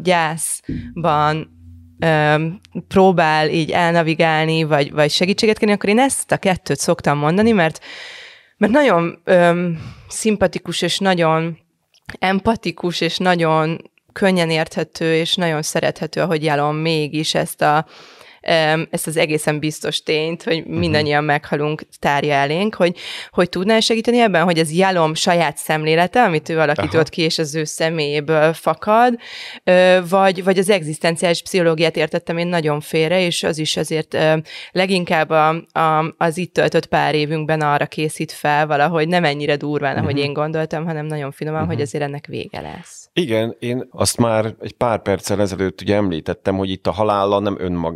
Speaker 3: gyászban öm, próbál így elnavigálni, vagy, vagy segítséget kérni, akkor én ezt a kettőt szoktam mondani, mert, mert nagyon öm, szimpatikus és nagyon empatikus, és nagyon könnyen érthető, és nagyon szerethető, ahogy Jalom mégis ezt, a, ezt az egészen biztos tényt, hogy mindannyian meghalunk, tárja elénk, hogy, hogy tudnál segíteni ebben, hogy ez Jalom saját szemlélete, amit ő alakított Aha. ki, és az ő személyéből fakad, vagy, vagy az egzisztenciális pszichológiát értettem én nagyon félre, és az is azért leginkább a, a, az itt töltött pár évünkben arra készít fel valahogy nem ennyire durván, ahogy uh-huh. én gondoltam, hanem nagyon finoman, uh-huh. hogy azért ennek vége lesz.
Speaker 5: Igen, én azt már egy pár perccel ezelőtt ugye említettem, hogy itt a halállal nem önmaga miatt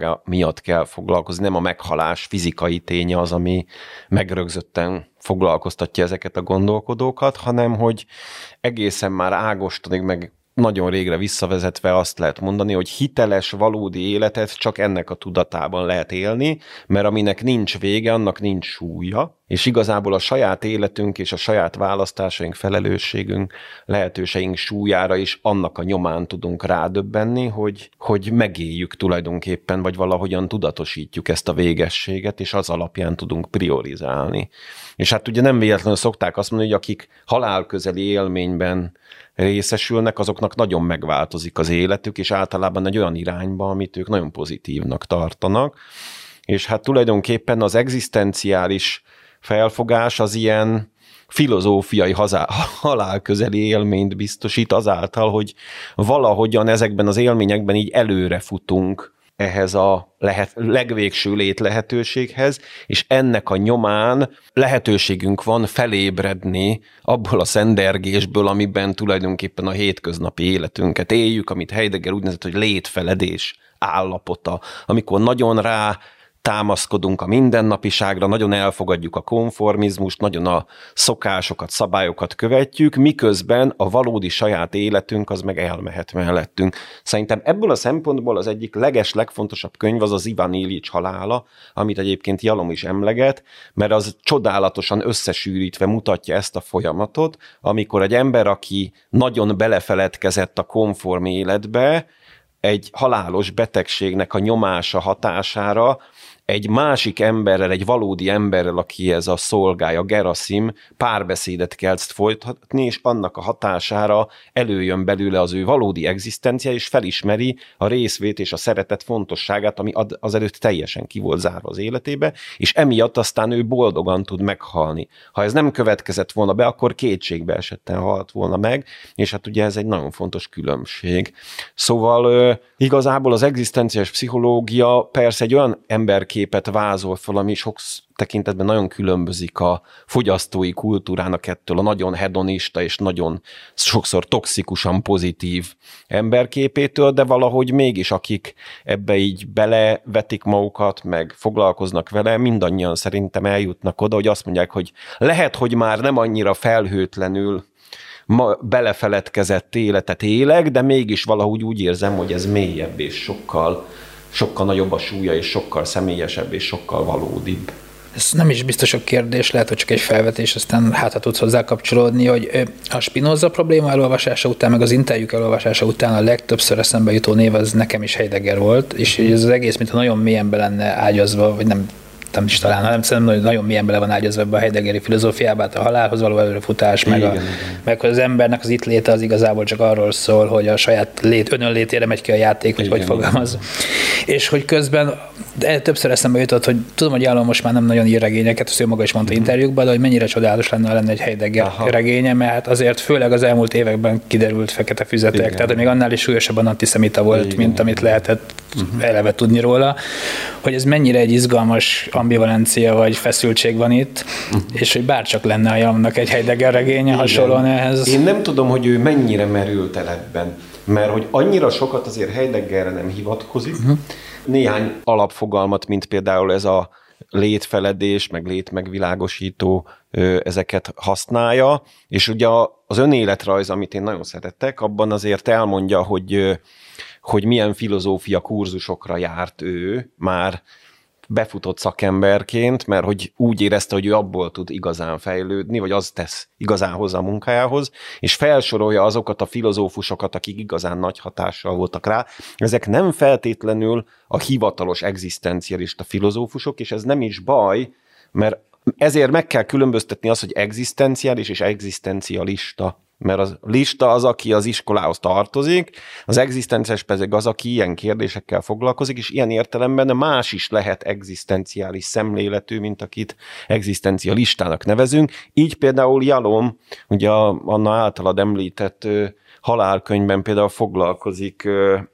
Speaker 5: miatt kell foglalkozni, nem a meghalás fizikai ténye az, ami megrögzötten foglalkoztatja ezeket a gondolkodókat, hanem hogy egészen már Ágostonig meg nagyon régre visszavezetve azt lehet mondani, hogy hiteles, valódi életet csak ennek a tudatában lehet élni, mert aminek nincs vége, annak nincs súlya, és igazából a saját életünk és a saját választásaink, felelősségünk, lehetőségünk súlyára is annak a nyomán tudunk rádöbbenni, hogy, hogy megéljük tulajdonképpen, vagy valahogyan tudatosítjuk ezt a végességet, és az alapján tudunk priorizálni. És hát ugye nem véletlenül szokták azt mondani, hogy akik halálközeli élményben részesülnek, azoknak nagyon megváltozik az életük, és általában egy olyan irányba, amit ők nagyon pozitívnak tartanak. És hát tulajdonképpen az egzisztenciális felfogás az ilyen filozófiai hazá, halálközeli élményt biztosít azáltal, hogy valahogyan ezekben az élményekben így előre futunk ehhez a lehet, legvégső lét lehetőséghez, és ennek a nyomán lehetőségünk van felébredni abból a szendergésből, amiben tulajdonképpen a hétköznapi életünket éljük, amit Heidegger úgy nevezett, hogy létfeledés állapota, amikor nagyon rá támaszkodunk a mindennapiságra, nagyon elfogadjuk a konformizmust, nagyon a szokásokat, szabályokat követjük, miközben a valódi saját életünk az meg elmehet mellettünk. Szerintem ebből a szempontból az egyik leges, legfontosabb könyv az az Ivan Iljics halála, amit egyébként Jalom is emleget, mert az csodálatosan összesűrítve mutatja ezt a folyamatot, amikor egy ember, aki nagyon belefeledkezett a konform életbe, egy halálos betegségnek a nyomása hatására egy másik emberrel, egy valódi emberrel, aki ez a szolgája, Gerasim, párbeszédet kezd folytatni, és annak a hatására előjön belőle az ő valódi egzisztencia, és felismeri a részvét és a szeretet fontosságát, ami az előtt teljesen ki volt zárva az életébe, és emiatt aztán ő boldogan tud meghalni. Ha ez nem következett volna be, akkor kétségbe esetten halt volna meg, és hát ugye ez egy nagyon fontos különbség. Szóval igazából az egzisztenciás pszichológia persze egy olyan emberképet vázol fel, ami sok tekintetben nagyon különbözik a fogyasztói kultúrának ettől a nagyon hedonista és nagyon sokszor toxikusan pozitív emberképétől, de valahogy mégis akik ebbe így belevetik magukat, meg foglalkoznak vele, mindannyian szerintem eljutnak oda, hogy azt mondják, hogy lehet, hogy már nem annyira felhőtlenül ma belefeledkezett életet élek, de mégis valahogy úgy érzem, hogy ez mélyebb és sokkal, sokkal nagyobb a súlya, és sokkal személyesebb, és sokkal valódibb.
Speaker 4: Ez nem is biztos a kérdés, lehet, hogy csak egy felvetés, aztán hát ha tudsz hozzá kapcsolódni, hogy a Spinoza probléma elolvasása után, meg az interjúk elolvasása után a legtöbbször eszembe jutó név az nekem is Heidegger volt, és ez az egész, mintha nagyon mélyen be lenne ágyazva, vagy nem nem is talán, hanem szerintem nagyon mélyen bele van ágyazva ebbe a heideggeri filozófiába, a halálhoz való előrefutás, meg, a, meg hogy az embernek az itt léte az igazából csak arról szól, hogy a saját lét, önönlétére megy ki a játék, hogy igen, hogy fogalmaz. És hogy közben de többször eszembe jutott, hogy tudom, hogy Jalom most már nem nagyon ír regényeket, azt ő maga is mondta mm. interjúkban, de hogy mennyire csodálatos lenne, ha lenne egy Heidegger Aha. regénye, mert azért főleg az elmúlt években kiderült Fekete füzetek, igen. tehát még annál is súlyosabban antiszemita volt, igen. mint amit lehetett uh-huh. eleve tudni róla, hogy ez mennyire egy izgalmas ambivalencia vagy feszültség van itt, uh-huh. és hogy bárcsak lenne a Jalomnak egy Heidegger regénye hasonlóan ehhez.
Speaker 5: Én nem tudom, hogy ő mennyire merült el ebben, mert hogy annyira sokat azért Heideggerre nem hivatkozik, uh-huh. néhány alapfogalmat, mint például ez a létfeledés, meg létmegvilágosító, ezeket használja, és ugye az önéletrajz, amit én nagyon szeretek, abban azért elmondja, hogy, hogy milyen filozófia kurzusokra járt ő már befutott szakemberként, mert hogy úgy érezte, hogy ő abból tud igazán fejlődni, vagy az tesz igazán hozzá a munkájához, és felsorolja azokat a filozófusokat, akik igazán nagy hatással voltak rá. Ezek nem feltétlenül a hivatalos egzisztencialista filozófusok, és ez nem is baj, mert ezért meg kell különböztetni azt, hogy egzisztenciális és egzisztencialista. Mert a lista az, aki az iskolához tartozik, az egzisztenciális pedig az, aki ilyen kérdésekkel foglalkozik, és ilyen értelemben más is lehet egzisztenciális szemléletű, mint akit egzisztencialistának nevezünk. Így például Jalom, ugye Anna általad említett halálkönyvben például foglalkozik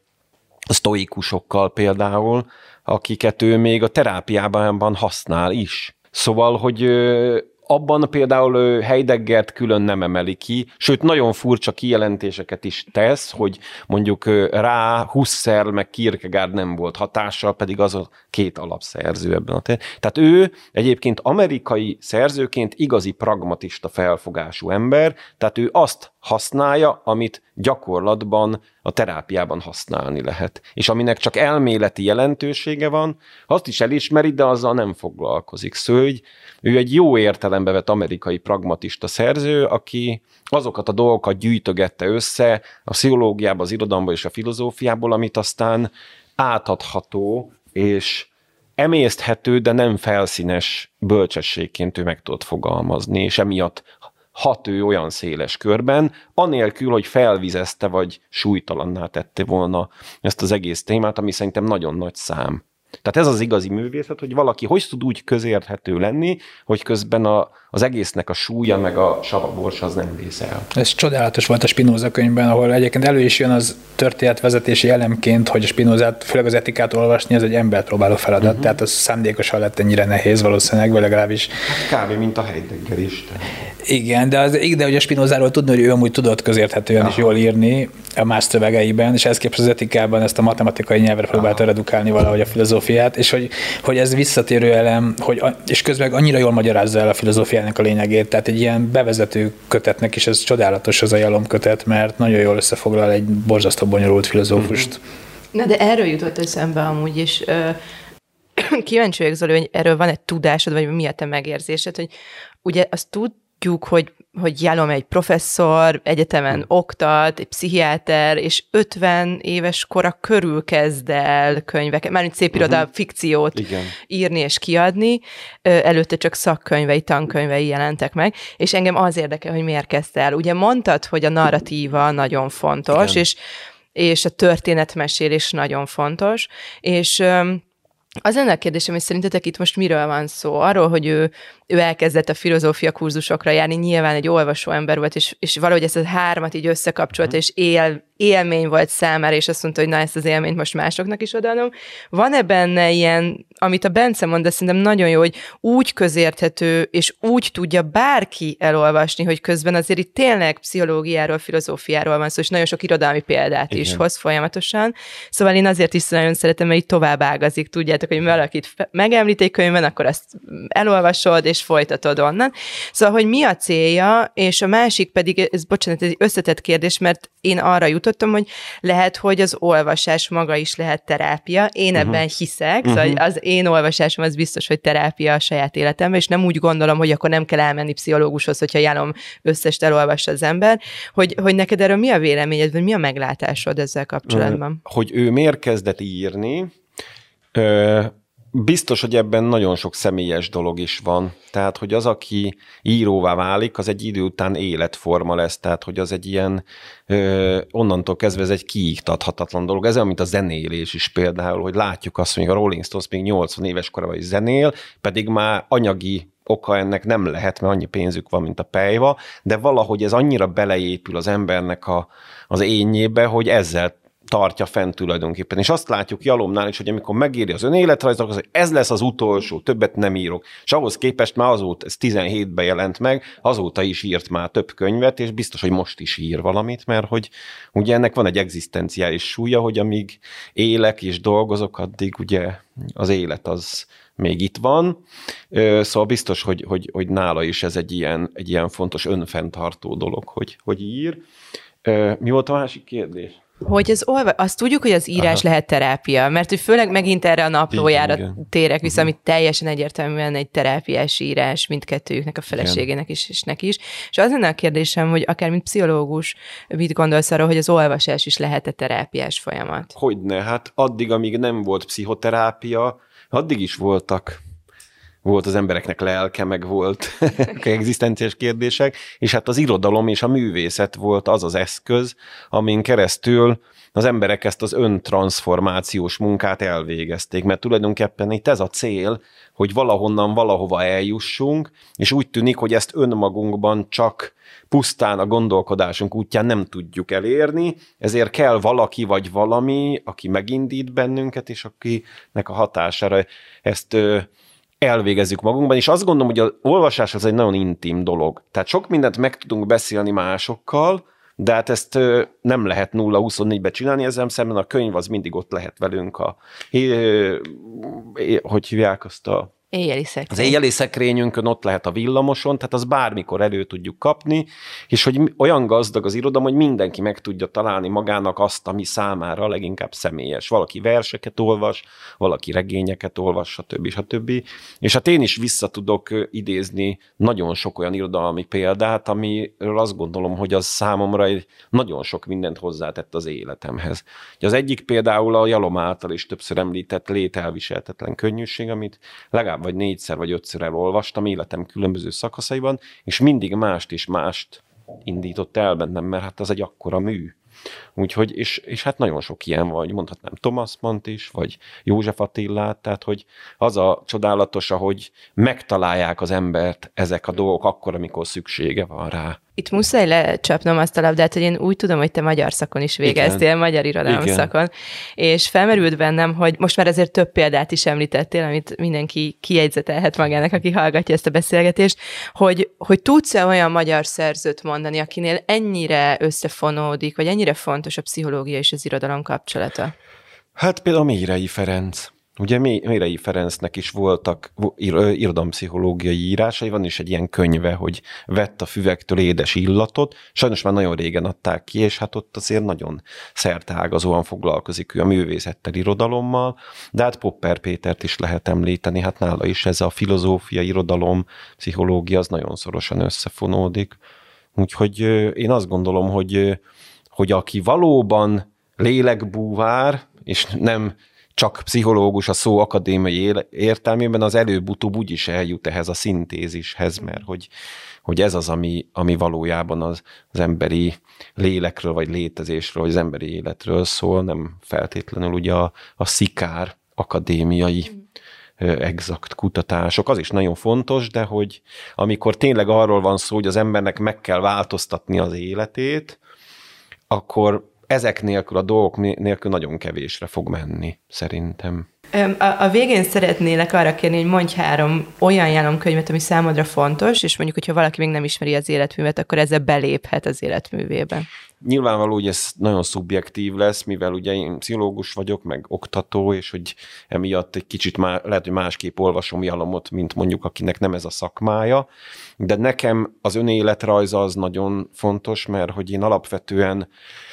Speaker 5: a sztoikusokkal például, akiket ő még a terápiában használ is. Szóval, hogy abban például Heideggert külön nem emeli ki, sőt nagyon furcsa kijelentéseket is tesz, hogy mondjuk rá Husserl meg Kierkegaard nem volt hatással, pedig az a két alapszerző ebben a területen. Tehát ő egyébként amerikai szerzőként igazi pragmatista felfogású ember, tehát ő azt használja, amit gyakorlatban a terápiában használni lehet. És aminek csak elméleti jelentősége van, azt is elismeri, de azzal nem foglalkozik. Szóval ő egy jó értelembe vett amerikai pragmatista szerző, aki azokat a dolgokat gyűjtögette össze a pszichológiából, az irodalomból és a filozófiából, amit aztán átadható és emészthető, de nem felszínes bölcsességként ő meg tudott fogalmazni, és emiatt hat ő olyan széles körben, anélkül, hogy felvizezte vagy súlytalanná tette volna ezt az egész témát, ami szerintem nagyon nagy szám. Tehát ez az igazi művészet, hogy valaki hogy tud úgy közérthető lenni, hogy közben a, az egésznek a súlya meg a savabors az nem vész el.
Speaker 4: Ez csodálatos volt a Spinoza könyvben, ahol egyébként elő is jön az történetvezetési elemként, hogy a Spinozát, főleg az etikát olvasni, ez egy embert próbáló feladat, uh-huh. tehát az szándékosan lett ennyire nehéz valószínűleg, vagy legalábbis.
Speaker 5: Hát kb. Mint a Heidegger is.
Speaker 4: Igen, de, az, de hogy a Spinozáról tudni, hogy ő amúgy tudott közérthetően Aha. is jól írni a más szövegeiben, és ehhez képest az etikában ezt a matematikai nyelvre próbálta redukálni valahogy a filozófiát, és hogy, hogy ez visszatérő elem, hogy, és közben annyira jól magyarázza el a filozófiának a lényegét, tehát egy ilyen bevezető kötetnek is ez csodálatos az a Jalom-kötet, mert nagyon jól összefoglal egy borzasztó bonyolult filozófust.
Speaker 3: Na de erről jutott eszembe amúgy is. Kíváncsi vagyok, Zoli, hogy erről van egy tudásod, vagy mi a te megérzésed, hogy ugye azt tudjuk, hogy hogy Jalom egy professzor, egyetemen hmm. oktat, egy pszichiáter, és ötven éves kora körül kezd el könyveket, mármint szép irodalom, uh-huh. fikciót Igen. írni és kiadni. Előtte csak szakkönyvei, tankönyvei jelentek meg, és engem az érdekel, hogy miért kezdte el. Ugye mondtad, hogy a narratíva nagyon fontos, és, és a történetmesélés nagyon fontos, és az lenne a kérdésem, hogy szerintetek itt most miről van szó? Arról, hogy ő, ő elkezdett a filozófia kurzusokra járni, nyilván egy olvasó ember volt, és, és valahogy ezt a hármat így összekapcsolta, és él, élmény volt számára, és azt mondta, hogy na, ezt az élményt most másoknak is odaadom. Van-e benne ilyen, amit a Bence mond, de szerintem nagyon jó, hogy úgy közérthető, és úgy tudja bárki elolvasni, hogy közben azért itt tényleg pszichológiáról, filozófiáról van szó, és nagyon sok irodalmi példát Igen. is hoz folyamatosan. Szóval én azért is nagyon szeretem, mert így tovább ágazik, tudjátok, hogy valakit megemlít egy könyvben, akkor azt elolvasod, és folytatod onnan. Szóval, hogy mi a célja, és a másik pedig, ez bocsánat, ez egy összetett kérdés, mert én arra jutottam, hogy lehet, hogy az olvasás maga is lehet terápia. Én uh-huh. ebben hiszek, uh-huh. szóval az én olvasásom az biztos, hogy terápia a saját életemben, és nem úgy gondolom, hogy akkor nem kell elmenni pszichológushoz, hogyha Jalom összest elolvassa az ember, hogy, hogy neked erről mi a véleményed, vagy mi a meglátásod ezzel kapcsolatban?
Speaker 5: Hogy ő miért kezdett írni, Ö, biztos, hogy ebben nagyon sok személyes dolog is van. Tehát, hogy az, aki íróvá válik, az egy idő után életforma lesz. Tehát, hogy az egy ilyen, ö, onnantól kezdve ez egy kiiktathatatlan dolog. Ez olyan, mint a zenélés is például, hogy látjuk azt, hogy a Rolling Stones még nyolcvan éves korában is zenél, pedig már anyagi oka ennek nem lehet, mert annyi pénzük van, mint a pejva, de valahogy ez annyira beleépül az embernek a, az énjébe, hogy ezzel tartja fent tulajdonképpen. És azt látjuk Jalomnál is, hogy amikor megírja az önéletrajzot, akkor az, hogy ez lesz az utolsó, többet nem írok. És ahhoz képest már azóta, ez tizenhétben jelent meg, azóta is írt már több könyvet, és biztos, hogy most is ír valamit, mert hogy ugye ennek van egy egzisztenciális súlya, hogy amíg élek és dolgozok, addig ugye az élet az még itt van. Szóval biztos, hogy, hogy, hogy nála is ez egy ilyen, egy ilyen fontos önfenntartó dolog, hogy, hogy ír. Mi volt a másik kérdés?
Speaker 3: Hogy az olva, azt tudjuk, hogy az írás Aha. lehet terápia, mert hogy főleg megint erre a naplójára igen, igen. térek vissza, uh-huh. ami teljesen egyértelműen egy terápiás írás mindkettőjüknek, a feleségének is, és neki is. És az lenne a kérdésem, hogy akár mint pszichológus mit gondolsz arról, hogy az olvasás is lehet-e terápiás folyamat?
Speaker 5: Hogyne, hát addig, amíg nem volt pszichoterápia, addig is voltak volt az embereknek lelke, meg volt egzisztenciás kérdések, és hát az irodalom és a művészet volt az az eszköz, amin keresztül az emberek ezt az öntranszformációs munkát elvégezték, mert tulajdonképpen itt ez a cél, hogy valahonnan valahova eljussunk, és úgy tűnik, hogy ezt önmagunkban csak pusztán a gondolkodásunk útján nem tudjuk elérni, ezért kell valaki vagy valami, aki megindít bennünket, és akinek a hatására ezt elvégezzük magunkban, és azt gondolom, hogy az olvasás az egy nagyon intim dolog. Tehát sok mindent meg tudunk beszélni másokkal, de hát ezt nem lehet nulla huszonnégybe csinálni, ezzel szemben a könyv az mindig ott lehet velünk, a, hogy hívják azt a
Speaker 3: Éjjeli szekrény.
Speaker 5: Az éjjeli szekrényünkön ott lehet a villamoson, tehát az bármikor elő tudjuk kapni, és hogy olyan gazdag az irodalom, hogy mindenki meg tudja találni magának azt, ami számára leginkább személyes. Valaki verseket olvas, valaki regényeket olvas, stb. stb. És hát én is vissza tudok idézni nagyon sok olyan irodalmi példát, amiről azt gondolom, hogy az számomra egy nagyon sok mindent hozzátett az életemhez. Az egyik például a Jalom által is többször említett Lételviselhetetlen könnyűség, amit legalább vagy négyszer vagy ötször elolvastam életem különböző szakaszaiban, és mindig mást és mást indított el bennem, mert hát az egy akkora mű. Úgyhogy, és, és hát nagyon sok ilyen vagy, mondhatnám Thomas Mannt is, vagy József Attilát, tehát hogy az a csodálatos, ahogy megtalálják az embert ezek a dolgok akkor, amikor szüksége van rá.
Speaker 3: Itt muszáj lecsapnom azt a labdát, hogy én úgy tudom, hogy te magyar szakon is végeztél, igen. magyar irodalom igen. szakon, és felmerült bennem, hogy most már azért több példát is említettél, amit mindenki kijegyzetelhet magának, aki hallgatja ezt a beszélgetést, hogy, hogy tudsz-e olyan magyar szerzőt mondani, akinél ennyire összefonódik, vagy ennyire fontos a pszichológia és az irodalom kapcsolata?
Speaker 5: Hát például Mérei Ferenc. Ugye Mérei Ferencnek is voltak irodalompszichológiai írásai, van is egy ilyen könyve, hogy Vett a füvektől édes illatot, sajnos már nagyon régen adták ki, és hát ott azért nagyon szerteágazóan foglalkozik ő a művészettel, irodalommal, de hát Popper Pétert is lehet említeni, hát nála is ez a filozófia, irodalom, pszichológia, az nagyon szorosan összefonódik. Úgyhogy én azt gondolom, hogy, hogy aki valóban lélekbúvár, és nem csak pszichológus a szó akadémiai értelmében, az előbb-utóbb úgyis eljut ehhez a szintézishez, mert hogy, hogy ez az, ami, ami valójában az, az emberi lélekről, vagy létezésről, vagy az emberi életről szól, nem feltétlenül ugye a, a szikár akadémiai exakt kutatások. Az is nagyon fontos, de hogy amikor tényleg arról van szó, hogy az embernek meg kell változtatni az életét, akkor ezek nélkül, a dolgok nélkül nagyon kevésre fog menni, szerintem.
Speaker 3: A, a végén szeretnélek arra kérni, hogy mondj három olyan álomkönyvet, ami számodra fontos, és mondjuk, hogyha valaki még nem ismeri az életművet, akkor ezzel beléphet az életművébe.
Speaker 5: Nyilvánvaló, hogy ez nagyon szubjektív lesz, mivel ugye én pszichológus vagyok, meg oktató, és hogy emiatt egy kicsit má, lehet, hogy másképp olvasom Jalomot, mint mondjuk akinek nem ez a szakmája, de nekem az önéletrajza az nagyon fontos, mert hogy én alapvetően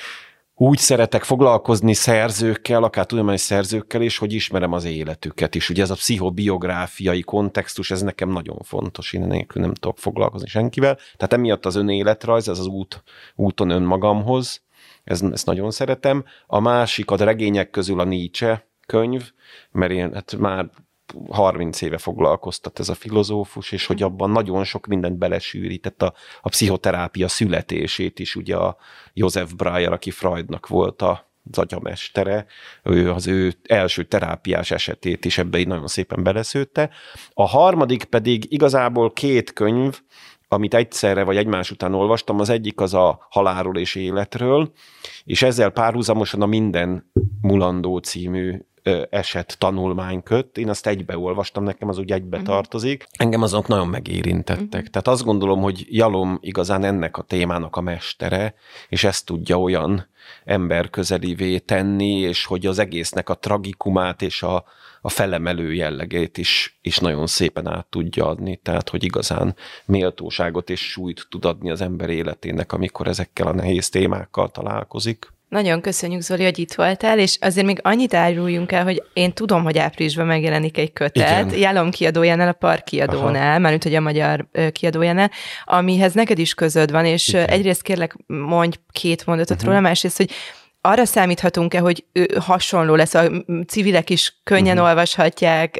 Speaker 5: úgy szeretek foglalkozni szerzőkkel, akár tudományos szerzőkkel is, hogy ismerem az életüket is. Ugye ez a pszichobiográfiai kontextus, ez nekem nagyon fontos, én nélkül nem tudok foglalkozni senkivel. Tehát emiatt az önéletrajz, ez az út, úton önmagamhoz, ez, ezt nagyon szeretem. A másik a regények közül a Nietzsche könyv, mert én hát már harminc éve foglalkoztat ez a filozófus, és hogy abban nagyon sok mindent belesűrített a, a pszichoterápia születését is, ugye a Joseph Breuer, aki Freudnak volt az agyamestere, ő az ő első terápiás esetét is ebbe így nagyon szépen beleszőtte. A harmadik pedig igazából két könyv, amit egyszerre vagy egymás után olvastam, az egyik az a Halálról és életről, és ezzel párhuzamosan a Minden mulandó című eset tanulmányköt. Én azt egybe olvastam, nekem az úgy egybe uh-huh. tartozik. Engem azok nagyon megérintettek. Uh-huh. Tehát azt gondolom, hogy Jalom igazán ennek a témának a mestere, és ezt tudja olyan emberközelivé tenni, és hogy az egésznek a tragikumát és a, a felemelő jellegét is, is nagyon szépen át tudja adni. Tehát, hogy igazán méltóságot és súlyt tud adni az ember életének, amikor ezekkel a nehéz témákkal találkozik.
Speaker 3: Nagyon köszönjük, Zoli, hogy itt voltál, és azért még annyit áruljunk el, hogy én tudom, hogy áprilisban megjelenik egy kötet, igen. Jalom kiadójánál, a Park kiadónál, mármint, hogy a magyar kiadójánál, amihez neked is közöd van, és igen. egyrészt kérlek, mondj két mondatot uh-huh. róla, másrészt, hogy arra számíthatunk-e, hogy hasonló lesz, a civilek is könnyen uh-huh. olvashatják,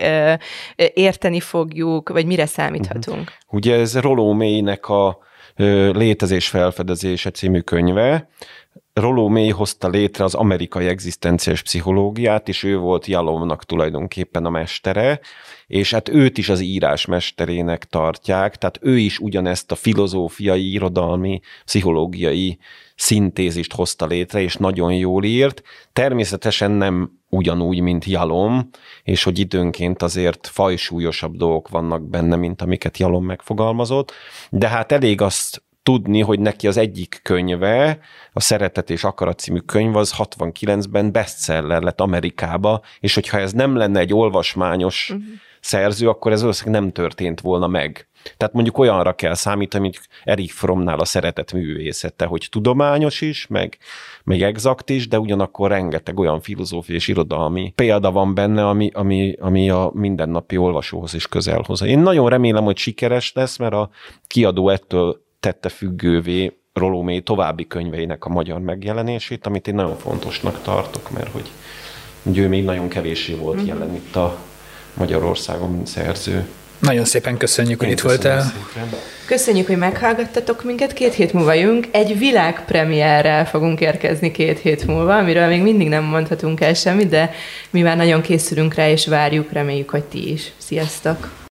Speaker 3: érteni fogjuk, vagy mire számíthatunk? Uh-huh.
Speaker 5: Ugye ez Rollo Maynek a Létezés felfedezése című könyve, Rollo May hozta létre az amerikai egzisztenciális pszichológiát, és ő volt Yalomnak tulajdonképpen a mestere, és hát őt is az írás mesterének tartják, tehát ő is ugyanezt a filozófiai, irodalmi, pszichológiai szintézist hozta létre, és nagyon jól írt. Természetesen nem ugyanúgy, mint Yalom, és hogy időnként azért fajsúlyosabb dolgok vannak benne, mint amiket Yalom megfogalmazott, de hát elég azt tudni, hogy neki az egyik könyve, a Szeretet és Akarat című könyv, az hatvankilencben bestseller lett Amerikába, és hogyha ez nem lenne egy olvasmányos uh-huh. szerző, akkor ez valószínűleg nem történt volna meg. Tehát mondjuk olyanra kell számítani, mint Erich Frommnál a Szeretet művészete, hogy tudományos is, meg, meg exakt is, de ugyanakkor rengeteg olyan filozófiai és irodalmi példa van benne, ami, ami, ami a mindennapi olvasóhoz is közel hoz. Én nagyon remélem, hogy sikeres lesz, mert a kiadó ettől tette függővé Rollo May további könyveinek a magyar megjelenését, amit én nagyon fontosnak tartok, mert hogy, hogy ő még nagyon kevéssé volt mm-hmm. jelen itt a Magyarországon, mint szerző.
Speaker 4: Nagyon szépen köszönjük, én hogy itt voltál.
Speaker 3: Szépen. Köszönjük, hogy meghallgattatok minket. Két hét múlva jövünk. Egy világpremierrel fogunk érkezni két hét múlva, amiről még mindig nem mondhatunk el semmit, de mi már nagyon készülünk rá, és várjuk, reméljük, hogy ti is. Sziasztok!